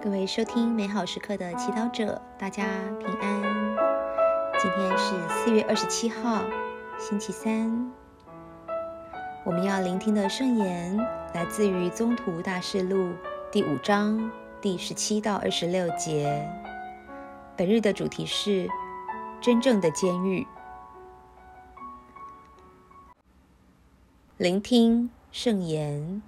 各位收听美好时刻的祈祷者，大家平安。今天是4月27号，星期三。我们要聆听的圣言来自于宗徒大事录第5章第17到26节。本日的主题是真正的监狱。聆听圣言。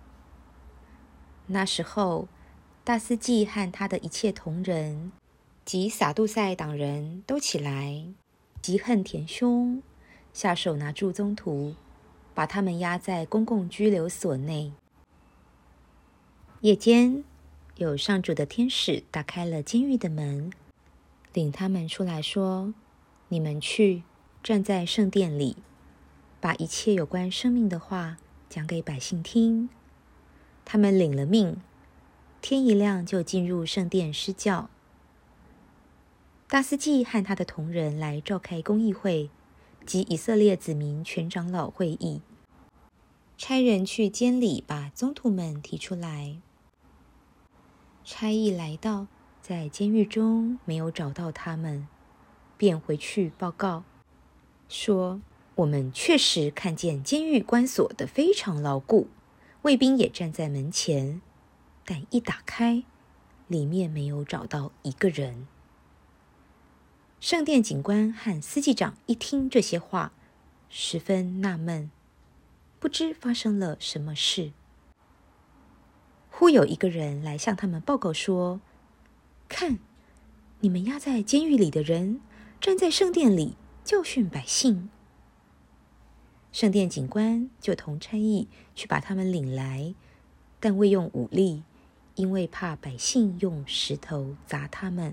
那时候，大司祭和他的一切同人及撒杜塞党人都起来，嫉恨填胸，下手拿住宗徒，把他们押在公共拘留所内。夜间，有上主的天使打开了监狱的门，领他们出来说：你们去，站在圣殿里，把一切有关生命的话讲给百姓听。他们领了命，天一亮就进入圣殿施教。大司祭和他的同人来召开公议会及以色列子民全长老会议，差人去监里把宗徒们提出来。差役来到，在监狱中没有找到他们，便回去报告说：我们确实看见监狱关锁得非常牢固，卫兵也站在门前，但一打开，里面没有找到一个人。圣殿警官和司祭长一听这些话，十分纳闷，不知发生了什么事。忽有一个人来向他们报告说：看，你们押在监狱里的人，站在圣殿里教训百姓。圣殿警官就同差役去把他们领来，但未用武力，因为怕百姓用石头砸他们。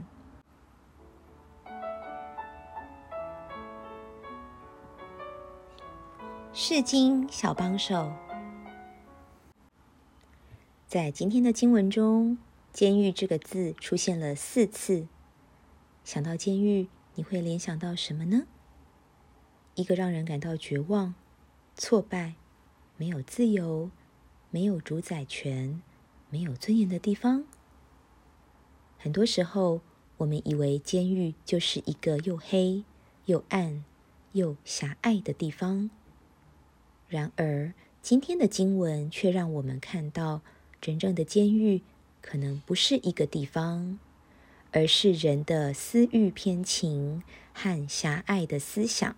释经小帮手。在今天的经文中，监狱这个字出现了4次。想到监狱，你会联想到什么呢？一个让人感到绝望、挫败、没有自由、没有主宰权、没有尊严的地方。很多时候，我们以为监狱就是一个又黑、又暗、又狭隘的地方。然而，今天的经文却让我们看到，真正的监狱可能不是一个地方，而是人的私欲偏情和狭隘的思想。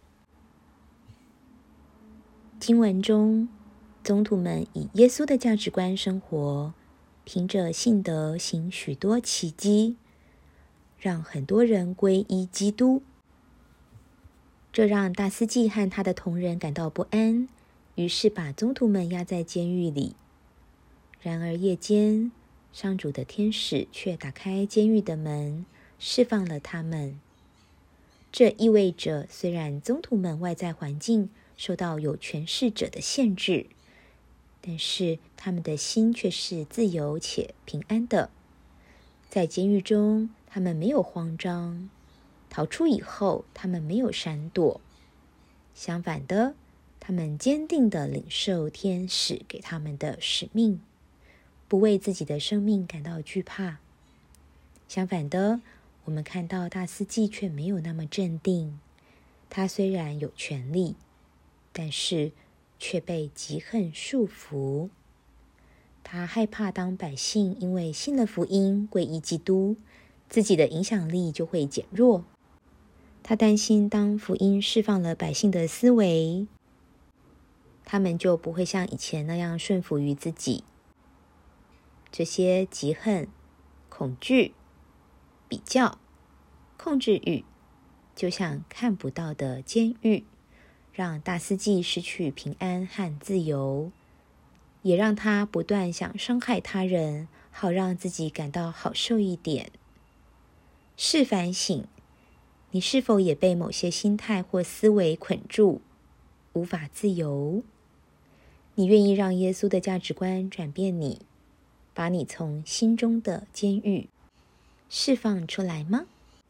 经文中，宗徒们以耶稣的价值观生活，凭着信德行许多奇迹，让很多人皈依基督。这让大司祭和他的同人感到不安，于是把宗徒们押在监狱里。然而夜间，上主的天使却打开监狱的门，释放了他们。这意味着，虽然宗徒们外在环境受到有权势者的限制，但是他们的心却是自由且平安的。在监狱中，他们没有慌张；逃出以后，他们没有闪躲。相反的，他们坚定地领受天使给他们的使命，不为自己的生命感到惧怕。相反的，我们看到大司祭却没有那么镇定。他虽然有权力，但是却被嫉恨束缚。他害怕当百姓因为信了福音皈依基督，自己的影响力就会减弱。他担心当福音释放了百姓的思维，他们就不会像以前那样顺服于自己。这些嫉恨、恐惧、比较、控制欲，就像看不到的监狱，让大司祭失去平安和自由，也让他不断想伤害他人，好让自己感到好受一点。试反省，你是否也被某些心态或思维捆住，无法自由？你愿意让耶稣的价值观转变你，把你从心中的监狱释放出来吗？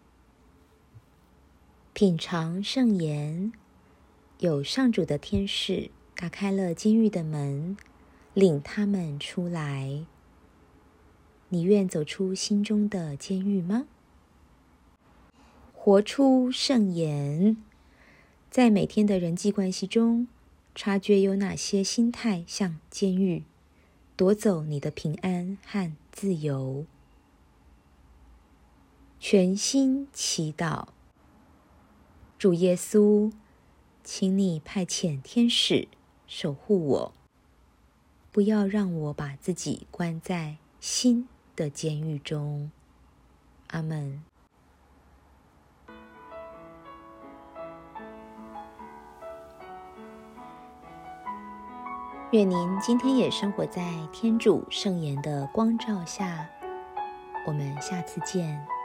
品尝圣言。有上主的天使打开了监狱的门，领他们出来。 你愿走出心中的监狱吗？活出圣言，在每天的人际关系中，察觉有哪些心态像监狱，夺走你的平安和自由。全心祈祷，主耶稣，请你派遣天使守护我，不要让我把自己关在心的监狱中。阿们。愿您今天也生活在天主圣言的光照下。我们下次见。